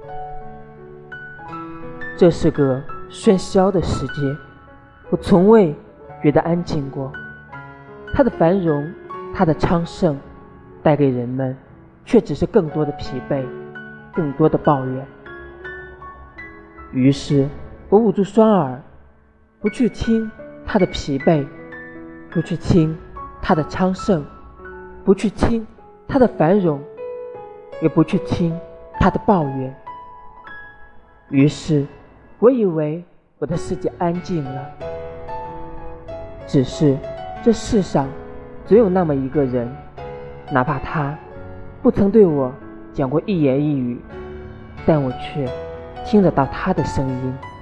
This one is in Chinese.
这是个喧嚣的世界，我从未觉得安静过。它的繁荣，它的昌盛，带给人们却只是更多的疲惫，更多的抱怨。于是我捂住双耳，不去听它的疲惫，不去听它的昌盛，不去听它的繁荣，也不去听它的抱怨。于是我以为我的世界安静了，只是这世上总有那么一个人，哪怕他不曾对我讲过一言一语，但我却听得到他的声音。